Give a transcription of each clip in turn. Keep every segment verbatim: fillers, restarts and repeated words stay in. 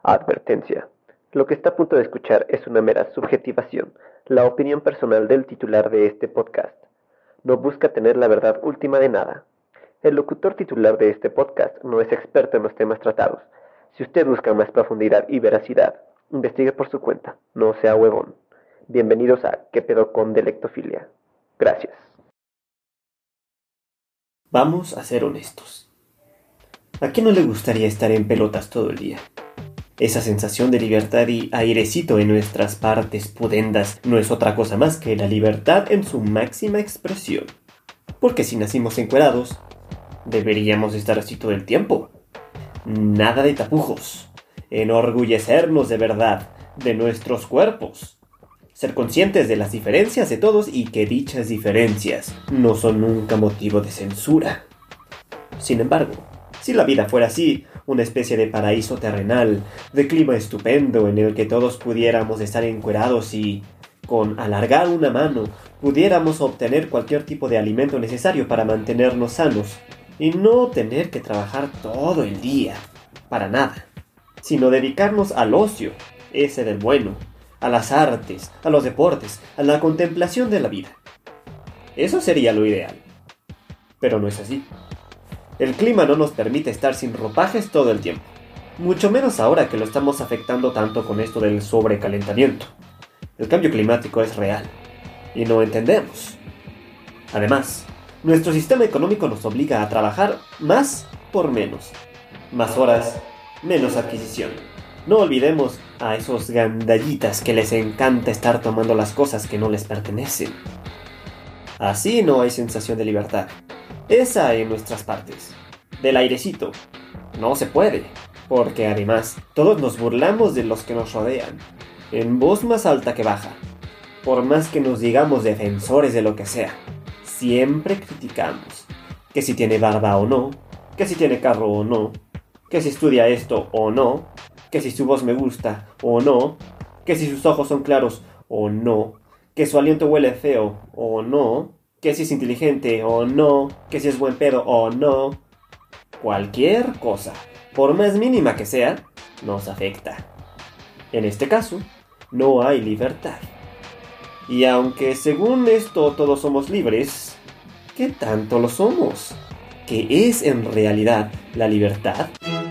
Advertencia. Lo que está a punto de escuchar es una mera subjetivación, la opinión personal del titular de este podcast. No busca tener la verdad última de nada. El locutor titular de este podcast no es experto en los temas tratados. Si usted busca más profundidad y veracidad, investigue por su cuenta, no sea huevón. Bienvenidos a ¿Qué pedo con Delectofilia? Gracias. Vamos a ser honestos. ¿A quién no le gustaría estar en pelotas todo el día? Esa sensación de libertad y airecito en nuestras partes pudendas no es otra cosa más que la libertad en su máxima expresión. Porque si nacimos encuerados, deberíamos estar así todo el tiempo. Nada de tapujos. Enorgullecernos de verdad de nuestros cuerpos. Ser conscientes de las diferencias de todos y que dichas diferencias no son nunca motivo de censura. Sin embargo, si la vida fuera así, una especie de paraíso terrenal, de clima estupendo en el que todos pudiéramos estar encuerados y, con alargar una mano, pudiéramos obtener cualquier tipo de alimento necesario para mantenernos sanos y no tener que trabajar todo el día, para nada, sino dedicarnos al ocio, ese del bueno, a las artes, a los deportes, a la contemplación de la vida. Eso sería lo ideal. Pero no es así. El clima no nos permite estar sin ropajes todo el tiempo, mucho menos ahora que lo estamos afectando tanto con esto del sobrecalentamiento. El cambio climático es real, y no entendemos. Además, nuestro sistema económico nos obliga a trabajar más por menos. Más horas, menos adquisición. No olvidemos a esos gandallitas que les encanta estar tomando las cosas que no les pertenecen. Así no hay sensación de libertad. Esa en nuestras partes. Del airecito. No se puede, porque además todos nos burlamos de los que nos rodean, en voz más alta que baja. Por más que nos digamos defensores de lo que sea, siempre criticamos. Que si tiene barba o no, que si tiene carro o no, que si estudia esto o no, que si su voz me gusta o no, que si sus ojos son claros o no, que su aliento huele feo o no, que si es inteligente o no, que si es buen pedo o no. Cualquier cosa, por más mínima que sea, nos afecta. En este caso, no hay libertad. Y aunque según esto todos somos libres, ¿qué tanto lo somos? ¿Qué es en realidad la libertad?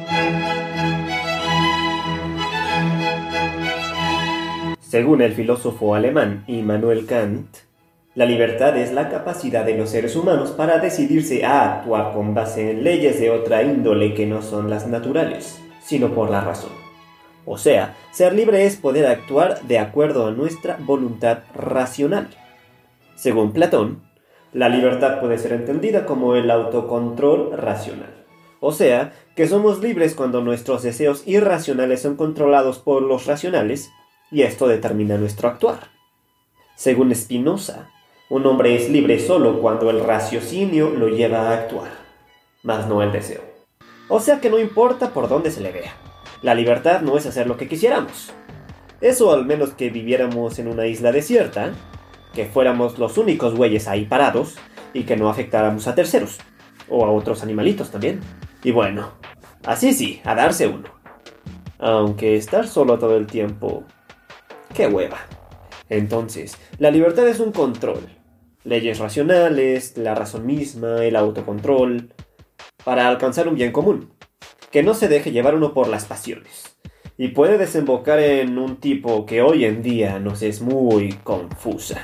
Según el filósofo alemán Immanuel Kant, la libertad es la capacidad de los seres humanos para decidirse a actuar con base en leyes de otra índole que no son las naturales, sino por la razón. O sea, ser libre es poder actuar de acuerdo a nuestra voluntad racional. Según Platón, la libertad puede ser entendida como el autocontrol racional. O sea, que somos libres cuando nuestros deseos irracionales son controlados por los racionales, y esto determina nuestro actuar. Según Spinoza, un hombre es libre solo cuando el raciocinio lo lleva a actuar, mas no el deseo. O sea que no importa por dónde se le vea. La libertad no es hacer lo que quisiéramos. Eso al menos que viviéramos en una isla desierta, que fuéramos los únicos güeyes ahí parados y que no afectáramos a terceros, o a otros animalitos también. Y bueno, así sí, a darse uno. Aunque estar solo todo el tiempo... ¡qué hueva! Entonces, la libertad es un control. Leyes racionales, la razón misma, el autocontrol, para alcanzar un bien común, que no se deje llevar uno por las pasiones, y puede desembocar en un tipo que hoy en día nos es muy confusa.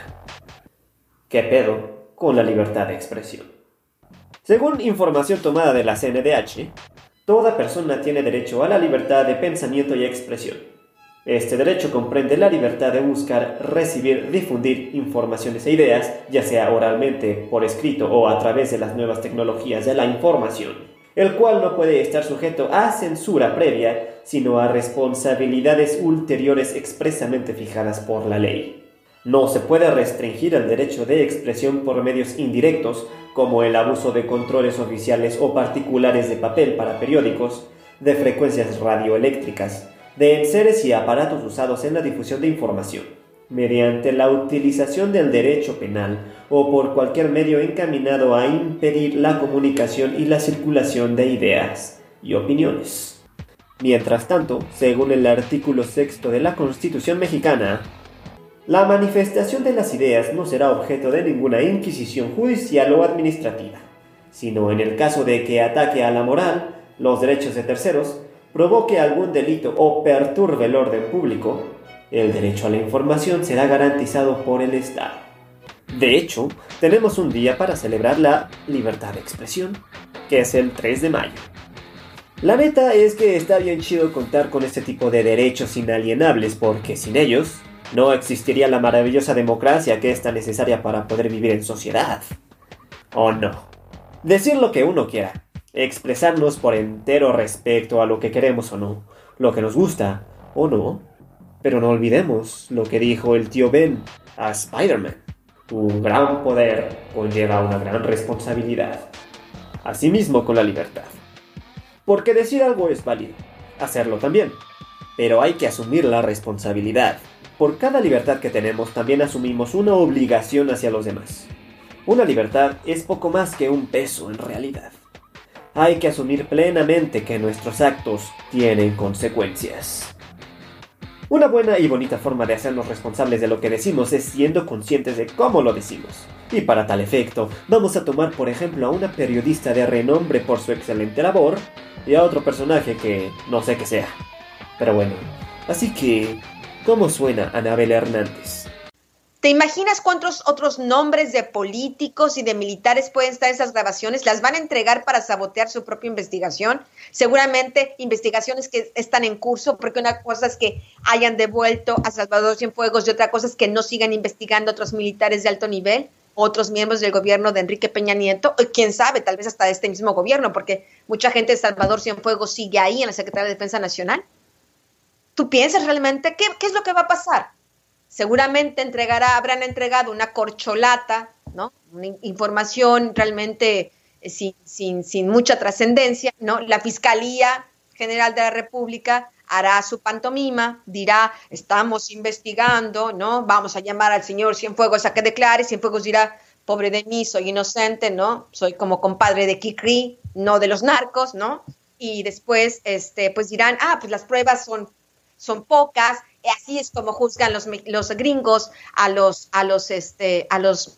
¿Qué pedo con la libertad de expresión? Según información tomada de la C N D H, toda persona tiene derecho a la libertad de pensamiento y expresión. Este derecho comprende la libertad de buscar, recibir, difundir informaciones e ideas, ya sea oralmente, por escrito o a través de las nuevas tecnologías de la información, el cual no puede estar sujeto a censura previa, sino a responsabilidades ulteriores expresamente fijadas por la ley. No se puede restringir el derecho de expresión por medios indirectos, como el abuso de controles oficiales o particulares de papel para periódicos, de frecuencias radioeléctricas, de enseres y aparatos usados en la difusión de información, mediante la utilización del derecho penal o por cualquier medio encaminado a impedir la comunicación y la circulación de ideas y opiniones. Mientras tanto, según el artículo sexto de la Constitución mexicana, la manifestación de las ideas no será objeto de ninguna inquisición judicial o administrativa, sino en el caso de que ataque a la moral, los derechos de terceros, provoque algún delito o perturbe el orden público, el derecho a la información será garantizado por el Estado. De hecho, tenemos un día para celebrar la libertad de expresión, que es el tres de mayo. La meta es que está bien chido contar con este tipo de derechos inalienables, porque sin ellos no existiría la maravillosa democracia que es tan necesaria para poder vivir en sociedad. ¿O no? Decir lo que uno quiera, expresarnos por entero respecto a lo que queremos o no, lo que nos gusta o no, pero no olvidemos lo que dijo el tío Ben a Spider-Man. Un gran poder conlleva una gran responsabilidad. Asimismo con la libertad. Porque decir algo es válido, hacerlo también, pero hay que asumir la responsabilidad. Por cada libertad que tenemos también asumimos una obligación hacia los demás. Una libertad es poco más que un peso en realidad. Hay que asumir plenamente que nuestros actos tienen consecuencias. Una buena y bonita forma de hacernos responsables de lo que decimos es siendo conscientes de cómo lo decimos. Y para tal efecto, vamos a tomar por ejemplo a una periodista de renombre por su excelente labor y a otro personaje que no sé qué sea. Pero bueno, así que, ¿cómo suena Anabel Hernández? ¿Te imaginas cuántos otros nombres de políticos y de militares pueden estar en esas grabaciones? ¿Las van a entregar para sabotear su propia investigación? Seguramente investigaciones que están en curso, porque una cosa es que hayan devuelto a Salvador Cienfuegos y otra cosa es que no sigan investigando a otros militares de alto nivel, otros miembros del gobierno de Enrique Peña Nieto, o quién sabe, tal vez hasta de este mismo gobierno, porque mucha gente de Salvador Cienfuegos sigue ahí en la Secretaría de Defensa Nacional. ¿Tú piensas realmente qué, qué es lo que va a pasar? Seguramente entregará, habrán entregado una corcholata, ¿no? Una información realmente eh, sin, sin, sin mucha trascendencia, ¿no? La Fiscalía General de la República hará su pantomima, dirá, estamos investigando, ¿no? Vamos a llamar al señor Cienfuegos a que declare. Cienfuegos dirá, pobre de mí, soy inocente, ¿no? Soy como compadre de Kikri, no de los narcos, ¿no? Y después, este, pues dirán, ah, pues las pruebas son, son pocas. Así es como juzgan los, los gringos a los, a los, este, a los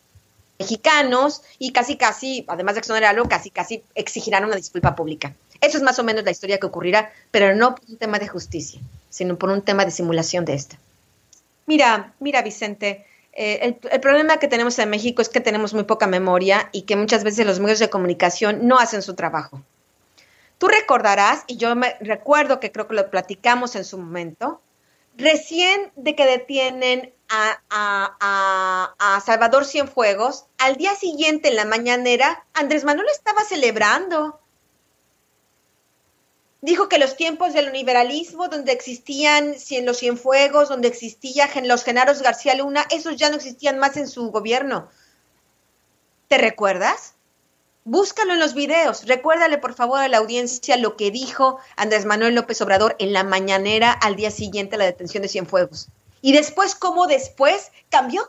mexicanos y casi, casi, además de exonerarlo, casi, casi exigirán una disculpa pública. Eso es más o menos la historia que ocurrirá, pero no por un tema de justicia, sino por un tema de simulación de esta. Mira, mira, Vicente, eh, el, el problema que tenemos en México es que tenemos muy poca memoria y que muchas veces los medios de comunicación no hacen su trabajo. Tú recordarás, y yo me recuerdo que creo que lo platicamos en su momento, recién de que detienen a, a, a, a Salvador Cienfuegos, al día siguiente en la mañanera, Andrés Manuel estaba celebrando. Dijo que los tiempos del liberalismo, donde existían los Cienfuegos, donde existían los Genaros García Luna, esos ya no existían más en su gobierno. ¿Te recuerdas? Búscalo en los videos. Recuérdale, por favor, a la audiencia lo que dijo Andrés Manuel López Obrador en la mañanera al día siguiente a la detención de Cienfuegos. Y después, ¿cómo después cambió?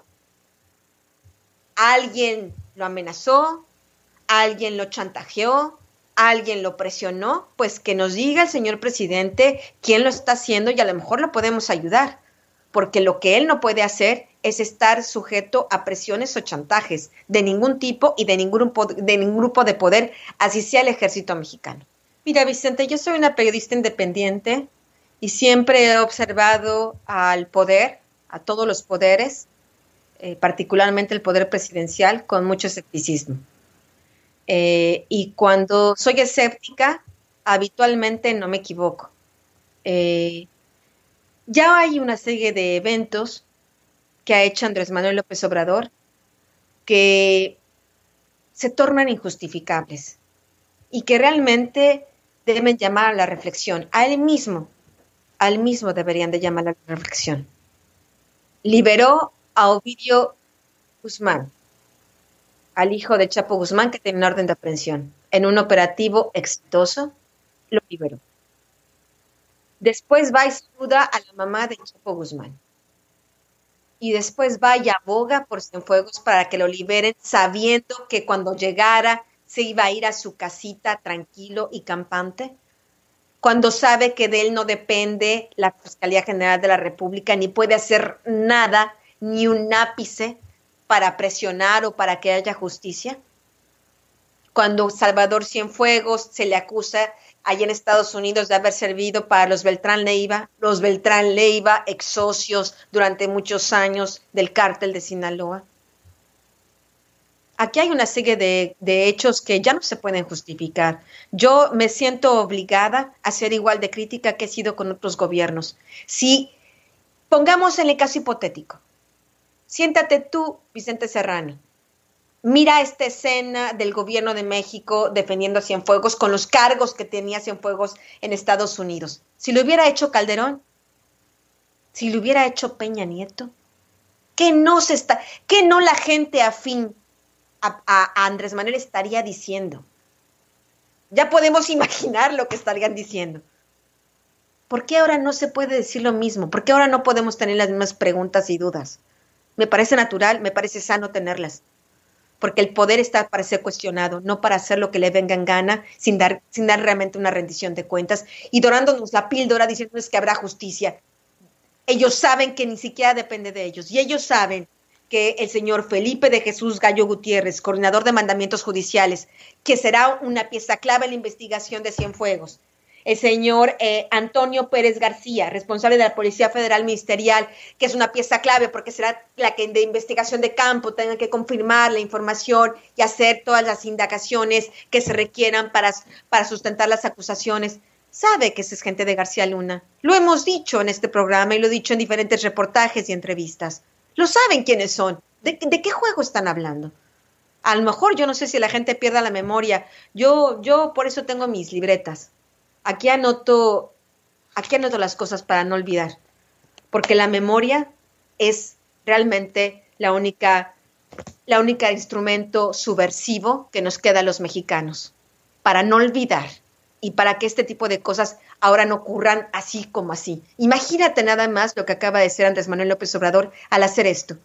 Alguien lo amenazó, alguien lo chantajeó, alguien lo presionó. Pues que nos diga el señor presidente quién lo está haciendo y a lo mejor lo podemos ayudar. Porque lo que él no puede hacer es estar sujeto a presiones o chantajes de ningún tipo y de ningún, de ningún grupo de poder, así sea el ejército mexicano. Mira, Vicente, yo soy una periodista independiente y siempre he observado al poder, a todos los poderes, eh, particularmente el poder presidencial, con mucho escepticismo. Eh, y cuando soy escéptica, habitualmente no me equivoco. Eh, ya hay una serie de eventos que ha hecho Andrés Manuel López Obrador que se tornan injustificables y que realmente deben llamar a la reflexión. A él mismo, a él mismo deberían de llamar a la reflexión. Liberó a Ovidio Guzmán, al hijo de Chapo Guzmán, que tiene una orden de aprehensión. En un operativo exitoso, lo liberó. Después va y saluda a la mamá de Chapo Guzmán. Y después va y aboga por Cienfuegos para que lo liberen, sabiendo que cuando llegara se iba a ir a su casita tranquilo y campante. cuando sabe que de él no depende la Fiscalía General de la República, ni puede hacer nada, ni un ápice para presionar o para que haya justicia? Cuando Salvador Cienfuegos se le acusa allá en Estados Unidos de haber servido para los Beltrán Leiva, los Beltrán Leiva, ex socios durante muchos años del cártel de Sinaloa. Aquí hay una serie de, de hechos que ya no se pueden justificar. Yo me siento obligada a ser igual de crítica que he sido con otros gobiernos. Si pongamos en el caso hipotético, siéntate tú, Vicente Serrano, mira esta escena del gobierno de México defendiendo a Cienfuegos con los cargos que tenía Cienfuegos en Estados Unidos. Si lo hubiera hecho Calderón, si lo hubiera hecho Peña Nieto, ¿qué no, se está, qué no la gente afín a, a, a Andrés Manuel estaría diciendo? Ya podemos imaginar lo que estarían diciendo. ¿Por qué ahora no se puede decir lo mismo? ¿Por qué ahora no podemos tener las mismas preguntas y dudas? Me parece natural, me parece sano tenerlas. Porque el poder está para ser cuestionado, no para hacer lo que le venga en gana, sin dar, sin dar realmente una rendición de cuentas, y dorándonos la píldora diciéndoles que habrá justicia. Ellos saben que ni siquiera depende de ellos, y ellos saben que el señor Felipe de Jesús Gallo Gutiérrez, coordinador de mandamientos judiciales, que será una pieza clave en la investigación de Cienfuegos, el señor eh, Antonio Pérez García, responsable de la Policía Federal Ministerial, que es una pieza clave porque será la que de investigación de campo tenga que confirmar la información y hacer todas las indagaciones que se requieran para, para sustentar las acusaciones. Sabe que esa es gente de García Luna. Lo hemos dicho en este programa y lo he dicho en diferentes reportajes y entrevistas. Lo saben quiénes son. ¿De, de qué juego están hablando? A lo mejor yo no sé si la gente pierda la memoria. Yo, yo por eso tengo mis libretas. Aquí anoto, aquí anoto las cosas para no olvidar, porque la memoria es realmente la única, la única instrumento subversivo que nos queda a los mexicanos, para no olvidar y para que este tipo de cosas ahora no ocurran así como así. Imagínate nada más lo que acaba de hacer Andrés Manuel López Obrador al hacer esto.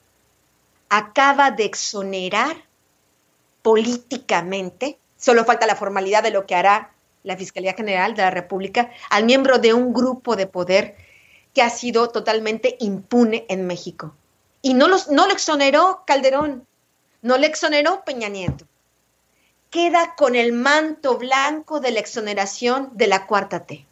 Acaba de exonerar políticamente, solo falta la formalidad de lo que hará la Fiscalía General de la República, al miembro de un grupo de poder que ha sido totalmente impune en México. Y no, los, no lo exoneró Calderón, no le exoneró Peña Nieto. Queda con el manto blanco de la exoneración de la Cuarta T.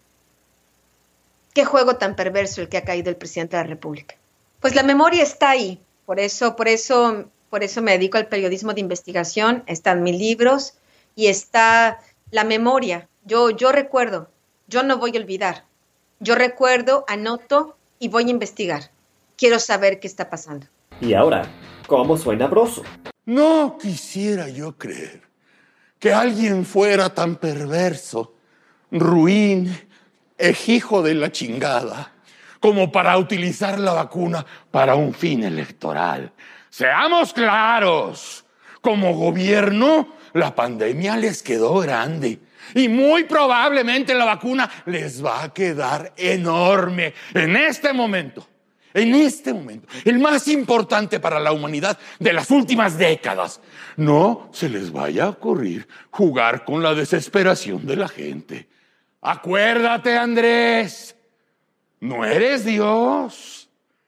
Qué juego tan perverso el que ha caído el presidente de la República. Pues la memoria está ahí, por eso, por eso, por eso me dedico al periodismo de investigación, están mis libros y está la memoria. Yo, yo recuerdo, yo no voy a olvidar. Yo recuerdo, anoto y voy a investigar. Quiero saber qué está pasando. Y ahora, ¿cómo suena Broso? No quisiera yo creer que alguien fuera tan perverso, ruin, ejijo de la chingada, como para utilizar la vacuna para un fin electoral. Seamos claros, como gobierno, la pandemia les quedó grande. Y muy probablemente la vacuna les va a quedar enorme en este momento, en este momento, el más importante para la humanidad de las últimas décadas. No se les vaya a ocurrir jugar con la desesperación de la gente. Acuérdate, Andrés, no eres Dios,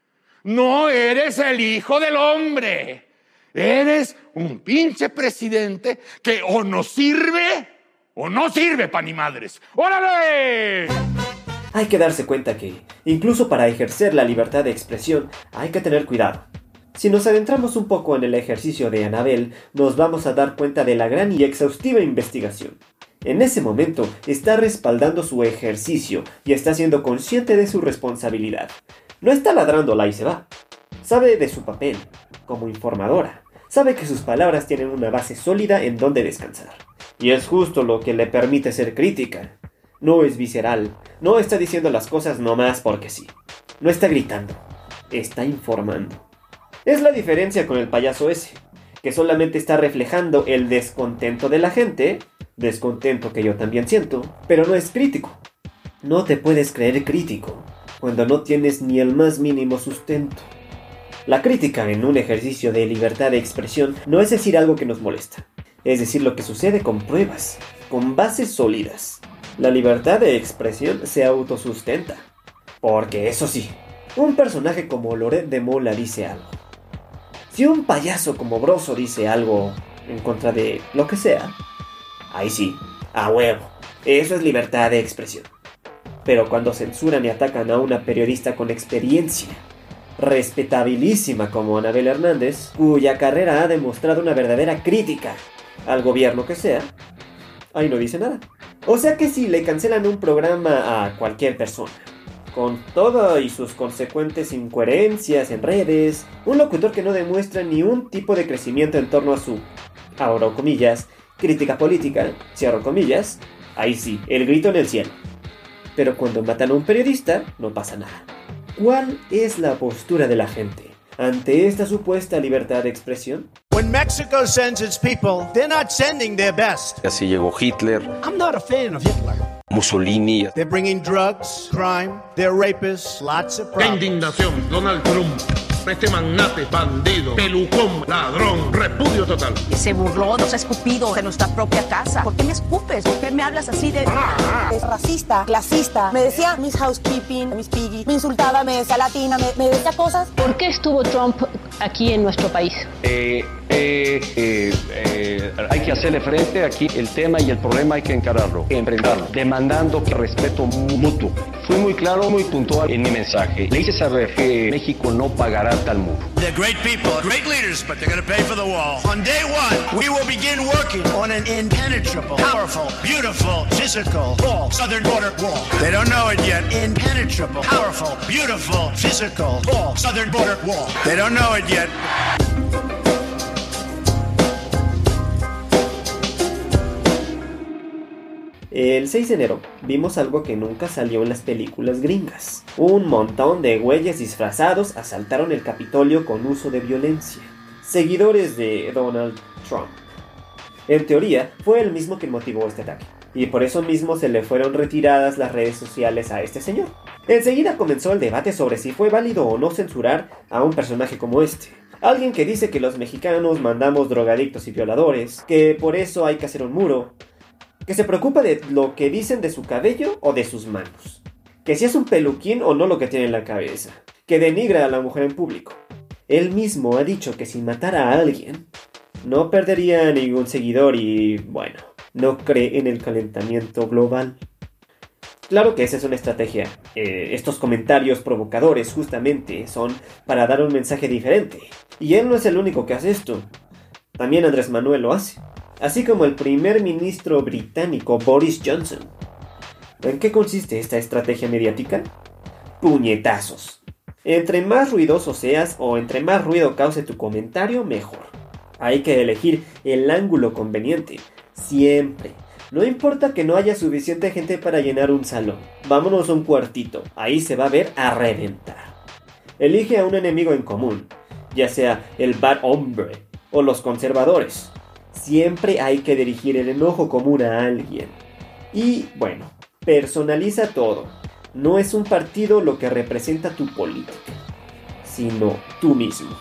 no eres el Hijo del Hombre, eres un pinche presidente que o nos sirve o no sirve pa' ni madres. ¡Órale! Hay que darse cuenta que, incluso para ejercer la libertad de expresión, hay que tener cuidado. Si nos adentramos un poco en el ejercicio de Anabel, nos vamos a dar cuenta de la gran y exhaustiva investigación. En ese momento, está respaldando su ejercicio y está siendo consciente de su responsabilidad. No está ladrándola y se va. Sabe de su papel, como informadora. Sabe que sus palabras tienen una base sólida en donde descansar. Y es justo lo que le permite ser crítica. No es visceral, no está diciendo las cosas nomás porque sí. No está gritando, está informando. Es la diferencia con el payaso ese, que solamente está reflejando el descontento de la gente, descontento que yo también siento, pero no es crítico. No te puedes creer crítico cuando no tienes ni el más mínimo sustento. La crítica en un ejercicio de libertad de expresión no es decir algo que nos molesta. Es decir, lo que sucede con pruebas, con bases sólidas. La libertad de expresión se autosustenta. Porque eso sí, un personaje como Loret de Mola dice algo. Si un payaso como Broso dice algo en contra de lo que sea, ahí sí, a huevo, eso es libertad de expresión. Pero cuando censuran y atacan a una periodista con experiencia, respetabilísima como Anabel Hernández, cuya carrera ha demostrado una verdadera crítica al gobierno que sea, ahí no dice nada. O sea que si le cancelan un programa a cualquier persona, con todo y sus consecuentes incoherencias en redes, un locutor que no demuestra ni un tipo de crecimiento en torno a su, abro comillas, crítica política, cierro comillas, ahí sí, el grito en el cielo. Pero cuando matan a un periodista, no pasa nada. ¿Cuál es la postura de la gente ante esta supuesta libertad de expresión? When Mexico sends its people, they're not sending their best. Así llegó Hitler. I'm not a fan of Hitler. Mussolini. They're bringing drugs, crime, they're rapists, lots of ¡Qué problems. indignación! Donald Trump, este magnate, bandido, pelucón, ladrón, repudio total. Se burló, nos ha escupido de nuestra propia casa. ¿Por qué me escupes? ¿Por qué me hablas así de...? Es racista, clasista. Me decía Miss Housekeeping, Miss Piggy. Me insultaba, me decía latina, me, me decía cosas. ¿Por qué estuvo Trump aquí en nuestro país? Eh, eh, eh, eh, hay que hacerle frente aquí el tema y el problema hay que encararlo, enfrentarlo, demandando que respeto mutuo. Fui muy claro, muy puntual en mi mensaje. Le hice saber que México no pagará tal muro. They're great people, great leaders, but they're going to pay for the wall. On day one, we will begin working on an impenetrable, powerful, beautiful, physical wall, southern border wall. They don't know it yet. Impenetrable, powerful, beautiful, physical wall, southern border wall. They don't know it yet. El seis de enero vimos algo que nunca salió en las películas gringas. Un montón de güeyes disfrazados asaltaron el Capitolio con uso de violencia. Seguidores de Donald Trump. En teoría, fue el mismo quien motivó este ataque. Y por eso mismo se le fueron retiradas las redes sociales a este señor. Enseguida comenzó el debate sobre si fue válido o no censurar a un personaje como este. Alguien que dice que los mexicanos mandamos drogadictos y violadores, que por eso hay que hacer un muro, que se preocupa de lo que dicen de su cabello o de sus manos, que si es un peluquín o no lo que tiene en la cabeza, que denigra a la mujer en público. Él mismo ha dicho que si matara a alguien, no perdería ningún seguidor y, bueno, no cree en el calentamiento global. Claro que esa es una estrategia. Eh, estos comentarios provocadores justamente son para dar un mensaje diferente. Y él no es el único que hace esto. También Andrés Manuel lo hace. Así como el primer ministro británico Boris Johnson. ¿En qué consiste esta estrategia mediática? Puñetazos. Entre más ruidoso seas o entre más ruido cause tu comentario, mejor. Hay que elegir el ángulo conveniente. Siempre. No importa que no haya suficiente gente para llenar un salón. Vámonos a un cuartito. Ahí se va a ver a reventar. Elige a un enemigo en común. Ya sea el bad hombre o los conservadores. Siempre hay que dirigir el enojo común a alguien. Y, bueno, personaliza todo. No es un partido lo que representa tu política, sino tú mismo.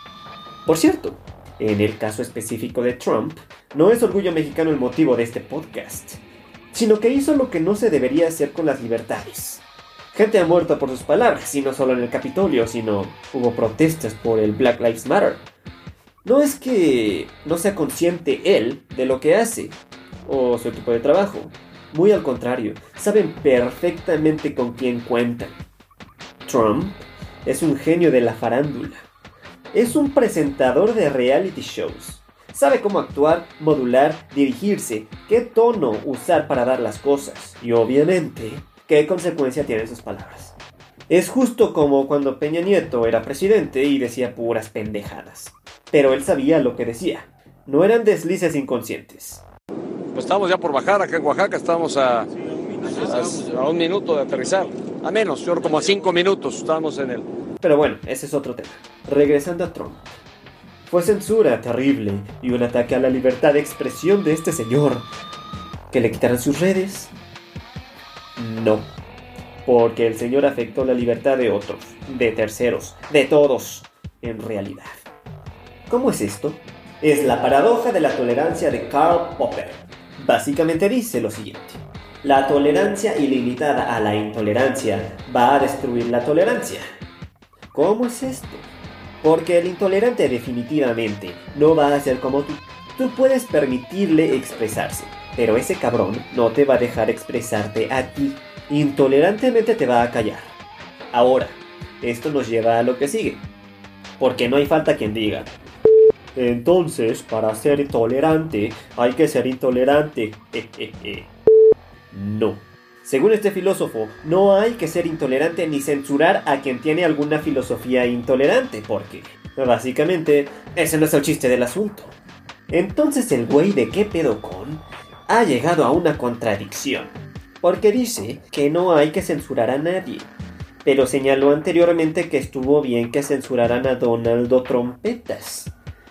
Por cierto, en el caso específico de Trump, no es orgullo mexicano el motivo de este podcast, sino que hizo lo que no se debería hacer con las libertades. Gente ha muerto por sus palabras, y no solo en el Capitolio, sino hubo protestas por el Black Lives Matter. No es que no sea consciente él de lo que hace, o su equipo de trabajo. Muy al contrario, saben perfectamente con quién cuentan. Trump es un genio de la farándula. Es un presentador de reality shows. Sabe cómo actuar, modular, dirigirse, qué tono usar para dar las cosas. Y obviamente, qué consecuencia tienen sus palabras. Es justo como cuando Peña Nieto era presidente y decía puras pendejadas. Pero él sabía lo que decía. No eran deslices inconscientes. Pues estamos ya por bajar acá en Oaxaca, estamos a, a, a un minuto de aterrizar. A menos, yo como a cinco minutos estamos en el... Pero bueno, ese es otro tema. Regresando a Trump. ¿Fue censura terrible y un ataque a la libertad de expresión de este señor que le quitaran sus redes? No. Porque el señor afectó la libertad de otros, de terceros, de todos, en realidad. ¿Cómo es esto? Es la paradoja de la tolerancia de Karl Popper. Básicamente dice lo siguiente. La tolerancia ilimitada a la intolerancia va a destruir la tolerancia. ¿Cómo es esto? Porque el intolerante definitivamente no va a ser como tú. Tú puedes permitirle expresarse, pero ese cabrón no te va a dejar expresarte a ti. Intolerantemente te va a callar. Ahora, esto nos lleva a lo que sigue. Porque no hay falta quien diga: entonces, para ser tolerante, hay que ser intolerante. No. Según este filósofo, no hay que ser intolerante ni censurar a quien tiene alguna filosofía intolerante, porque, básicamente, ese no es el chiste del asunto. Entonces el güey de qué pedo con ha llegado a una contradicción, porque dice que no hay que censurar a nadie, pero señaló anteriormente que estuvo bien que censuraran a Donaldo Trompetas.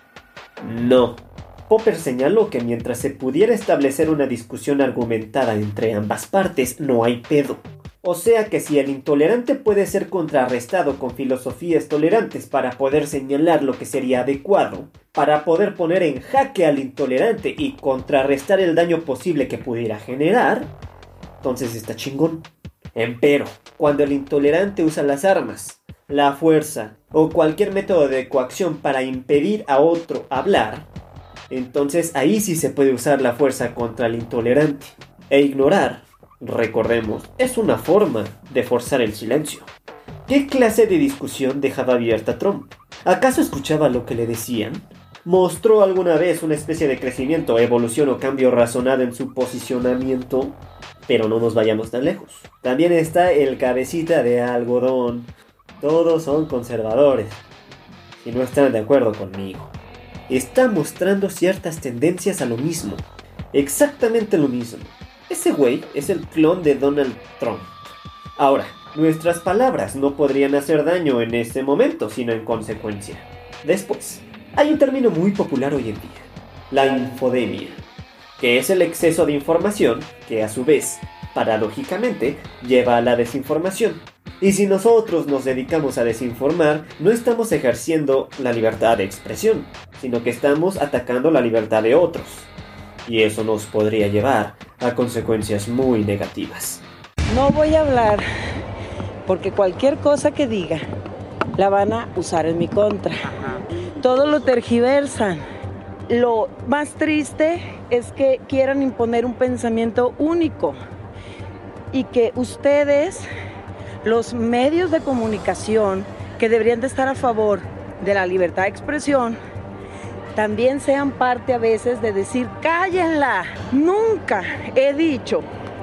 No. Popper señaló que mientras se pudiera establecer una discusión argumentada entre ambas partes, no hay pedo. O sea que si el intolerante puede ser contrarrestado con filosofías tolerantes para poder señalar lo que sería adecuado, para poder poner en jaque al intolerante y contrarrestar el daño posible que pudiera generar, entonces está chingón. Empero, cuando el intolerante usa las armas, la fuerza o cualquier método de coacción para impedir a otro hablar, entonces ahí sí se puede usar la fuerza contra el intolerante. E ignorar, recordemos, es una forma de forzar el silencio. ¿Qué clase de discusión dejaba abierta Trump? ¿Acaso escuchaba lo que le decían? ¿Mostró alguna vez una especie de crecimiento, evolución o cambio razonado en su posicionamiento? Pero no nos vayamos tan lejos. También está el cabecita de algodón. Todos son conservadores y no están de acuerdo conmigo. Está mostrando ciertas tendencias a lo mismo. Exactamente lo mismo. Ese güey es el clon de Donald Trump. Ahora, nuestras palabras no podrían hacer daño en ese momento, sino en consecuencia. Después, hay un término muy popular hoy en día: la infodemia, que es el exceso de información que a su vez, paradójicamente, lleva a la desinformación. Y si nosotros nos dedicamos a desinformar, no estamos ejerciendo la libertad de expresión, sino que estamos atacando la libertad de otros. Y eso nos podría llevar a consecuencias muy negativas. No voy a hablar porque cualquier cosa que diga la van a usar en mi contra. Todo lo tergiversan. Lo más triste es que quieran imponer un pensamiento único y que ustedes, los medios de comunicación que deberían de estar a favor de la libertad de expresión, también sean parte a veces de decir: cállenla. Nunca he dicho,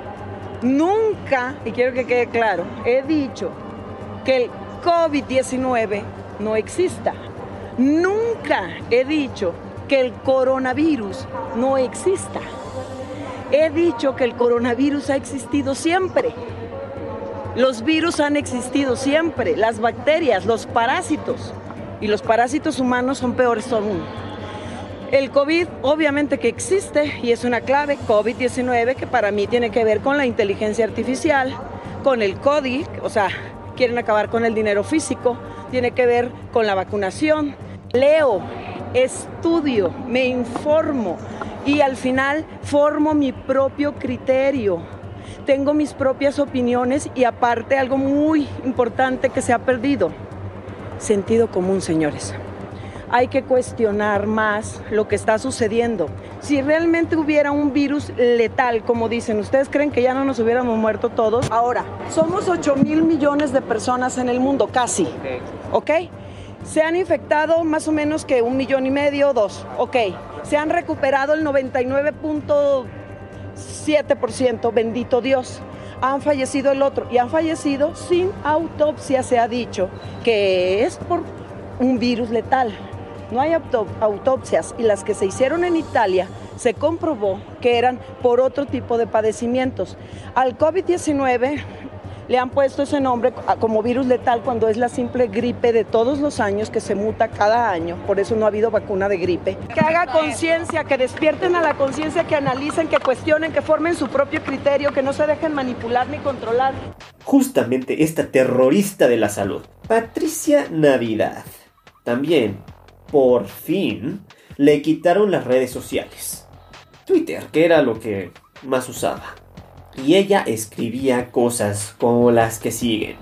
nunca, y quiero que quede claro, he dicho que el COVID diecinueve no exista. Nunca he dicho que el coronavirus no exista. He dicho que el coronavirus ha existido siempre. Los virus han existido siempre, las bacterias, los parásitos, y los parásitos humanos son peores aún. El COVID obviamente que existe y es una clave, COVID diecinueve, que para mí tiene que ver con la inteligencia artificial, con el código, o sea, quieren acabar con el dinero físico, tiene que ver con la vacunación. Leo, estudio, me informo y al final formo mi propio criterio. Tengo mis propias opiniones y aparte algo muy importante que se ha perdido: sentido común, señores. Hay que cuestionar más lo que está sucediendo. Si realmente hubiera un virus letal, como dicen, ¿ustedes creen que ya no nos hubiéramos muerto todos? Ahora, somos ocho mil millones de personas en el mundo, casi, ¿ok? Se han infectado más o menos que un millón y medio, dos, ok. Se han recuperado el noventa y nueve punto siete por ciento, bendito Dios. Han fallecido el otro y han fallecido sin autopsia, se ha dicho, que es por un virus letal. No hay autopsias y las que se hicieron en Italia se comprobó que eran por otro tipo de padecimientos. Al COVID diecinueve le han puesto ese nombre como virus letal cuando es la simple gripe de todos los años que se muta cada año. Por eso no ha habido vacuna de gripe. Que haga conciencia, que despierten a la conciencia, que analicen, que cuestionen, que formen su propio criterio, que no se dejen manipular ni controlar. Justamente esta terrorista de la salud, Patricia Navidad, también, por fin, le quitaron las redes sociales. Twitter, que era lo que más usaba. y ella escribía cosas como las que siguen.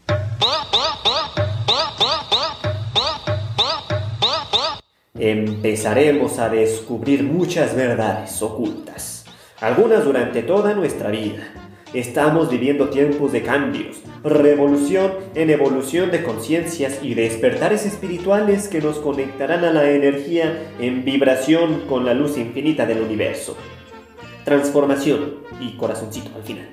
Empezaremos a descubrir muchas verdades ocultas, algunas durante toda nuestra vida. Estamos viviendo tiempos de cambios, revolución en evolución de conciencias y despertares espirituales que nos conectarán a la energía en vibración con la luz infinita del universo. Transformación y corazoncito al final.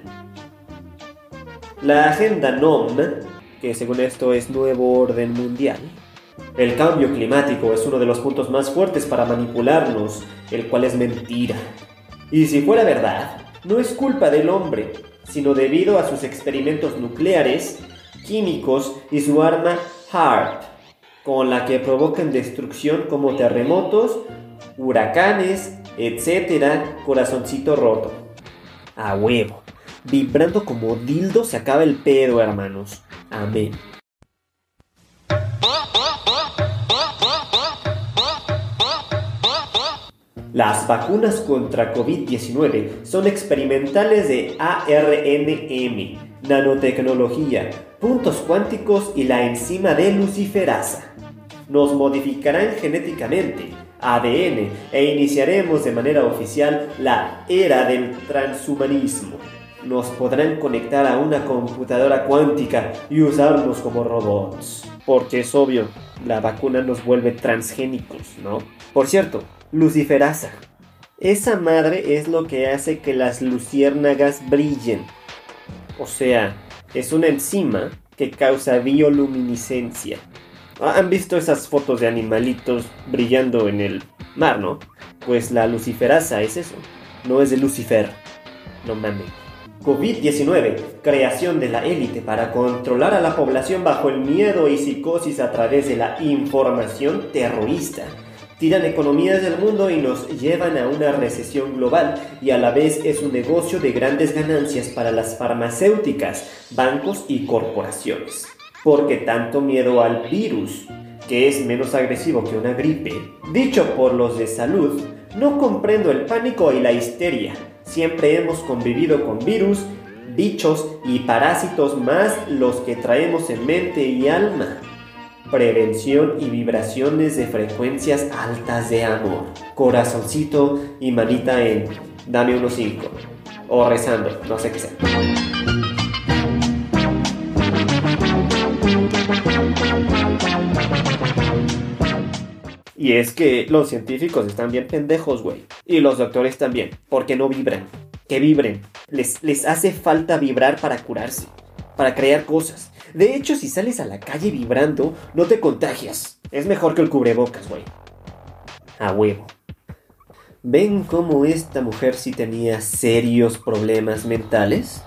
La agenda N O M, que según esto es Nuevo Orden Mundial. El cambio climático es uno de los puntos más fuertes para manipularnos, el cual es mentira. Y si fuera verdad, no es culpa del hombre, sino debido a sus experimentos nucleares, químicos y su arma HAARP, con la que provocan destrucción como terremotos, huracanes, etcétera, corazoncito roto. A huevo, vibrando como dildo se acaba el pedo, hermanos. Amén. Las vacunas contra COVID diecinueve son experimentales de A R N M, nanotecnología, puntos cuánticos y la enzima de luciferasa. Nos modificarán genéticamente, A D N, e iniciaremos de manera oficial la era del transhumanismo. Nos podrán conectar a una computadora cuántica y usarnos como robots. Porque es obvio, la vacuna nos vuelve transgénicos, ¿no? Por cierto, luciferasa. Esa madre es lo que hace que las luciérnagas brillen. O sea, es una enzima que causa bioluminiscencia. ¿Han visto esas fotos de animalitos brillando en el mar, no? Pues la luciferasa es eso, no es de Lucifer. No mames. COVID diecinueve, creación de la élite para controlar a la población bajo el miedo y psicosis a través de la información terrorista. Tiran economías del mundo y nos llevan a una recesión global, y a la vez es un negocio de grandes ganancias para las farmacéuticas, bancos y corporaciones. Porque tanto miedo al virus, que es menos agresivo que una gripe, dicho por los de salud, no comprendo el pánico y la histeria. Siempre hemos convivido con virus, bichos y parásitos, más los que traemos en mente y alma. Prevención y vibraciones de frecuencias altas de amor. Corazoncito y manita en dame unos cinco. O rezando, no sé qué sea. Y es que los científicos están bien pendejos, güey. Y los doctores también, porque no vibran. Que vibren. Les, les hace falta vibrar para curarse, para crear cosas. De hecho, si sales a la calle vibrando, no te contagias. Es mejor que el cubrebocas, güey. A huevo. ¿Ven cómo esta mujer sí tenía serios problemas mentales?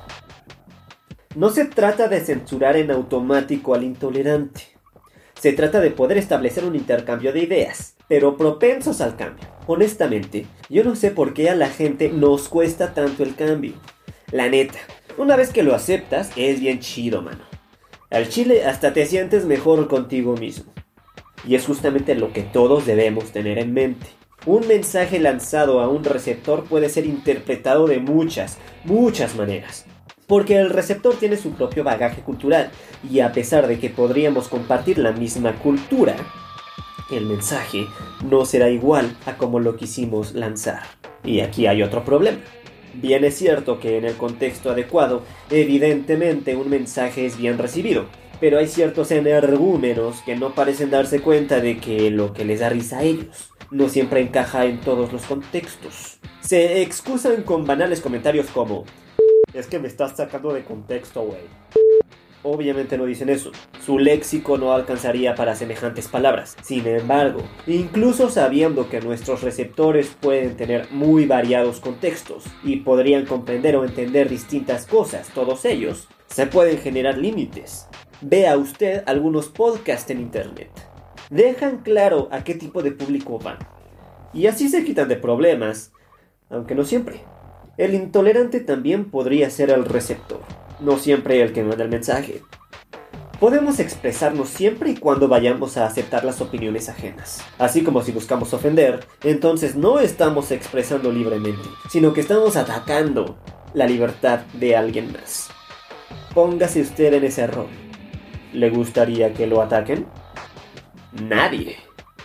No se trata de censurar en automático al intolerante. Se trata de poder establecer un intercambio de ideas, pero propensos al cambio. Honestamente, yo no sé por qué a la gente nos cuesta tanto el cambio. La neta, una vez que lo aceptas, es bien chido, mano. Al chile hasta te sientes mejor contigo mismo. Y es justamente lo que todos debemos tener en mente. Un mensaje lanzado a un receptor puede ser interpretado de muchas, muchas maneras. Porque el receptor tiene su propio bagaje cultural, y a pesar de que podríamos compartir la misma cultura, el mensaje no será igual a como lo quisimos lanzar. Y aquí hay otro problema. Bien es cierto que en el contexto adecuado, evidentemente un mensaje es bien recibido, pero hay ciertos energúmenos que no parecen darse cuenta de que lo que les da risa a ellos no siempre encaja en todos los contextos. Se excusan con banales comentarios como: es que me estás sacando de contexto, güey. Obviamente no dicen eso. Su léxico no alcanzaría para semejantes palabras. Sin embargo, incluso sabiendo que nuestros receptores pueden tener muy variados contextos y podrían comprender o entender distintas cosas, todos ellos, se pueden generar límites. Vea usted algunos podcasts en internet. Dejan claro a qué tipo de público van. Y así se quitan de problemas, aunque no siempre. El intolerante también podría ser el receptor, no siempre el que manda el mensaje. Podemos expresarnos siempre y cuando vayamos a aceptar las opiniones ajenas. Así como si buscamos ofender, entonces no estamos expresando libremente, sino que estamos atacando. la libertad de alguien más. Póngase usted en ese rol. ¿Le gustaría que lo ataquen? Nadie.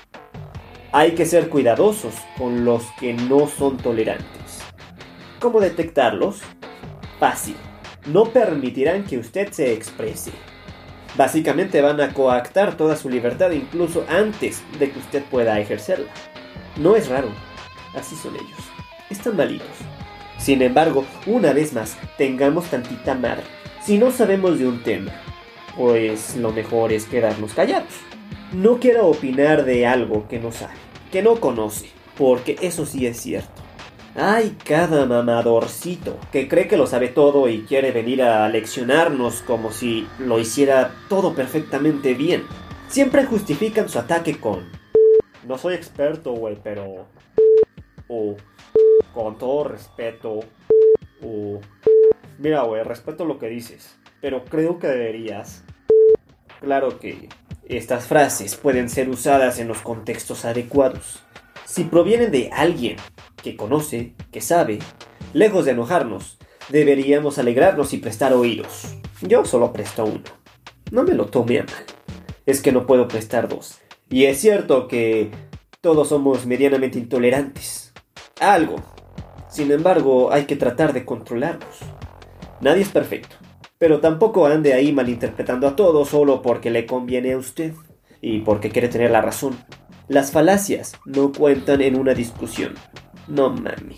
Hay que ser cuidadosos con los que no son tolerantes. ¿Cómo detectarlos? Fácil. No permitirán que usted se exprese. Básicamente van a coactar toda su libertad incluso antes de que usted pueda ejercerla. No es raro. Así son ellos. Están malitos. Sin embargo, una vez más, tengamos tantita madre. Si no sabemos de un tema, pues lo mejor es quedarnos callados. No quiero opinar de algo que no sabe, que no conoce, porque eso sí es cierto. Hay cada mamadorcito que cree que lo sabe todo y quiere venir a leccionarnos como si lo hiciera todo perfectamente bien. Siempre justifican su ataque con: no soy experto, güey, pero... o con todo respeto, o mira, güey, respeto lo que dices, pero creo que deberías. Claro que estas frases pueden ser usadas en los contextos adecuados. Si provienen de alguien que conoce, que sabe, lejos de enojarnos, deberíamos alegrarnos y prestar oídos. Yo solo presto uno. No me lo tome a mal. Es que no puedo prestar dos. Y es cierto que todos somos medianamente intolerantes. Algo. Sin embargo, hay que tratar de controlarlos. Nadie es perfecto. Pero tampoco ande ahí malinterpretando a todo solo porque le conviene a usted y porque quiere tener la razón. Las falacias no cuentan en una discusión. No mami.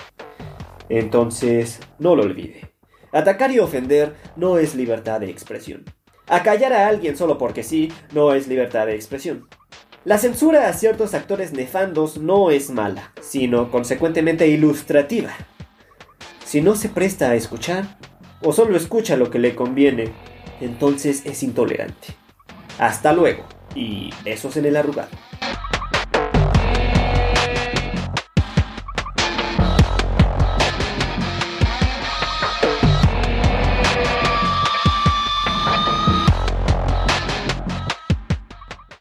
Entonces, no lo olvide. Atacar y ofender no es libertad de expresión. Acallar a alguien solo porque sí no es libertad de expresión. La censura a ciertos actores nefandos no es mala, sino consecuentemente ilustrativa. Si no se presta a escuchar, o solo escucha lo que le conviene, entonces es intolerante. Hasta luego, y besos en el arrugado.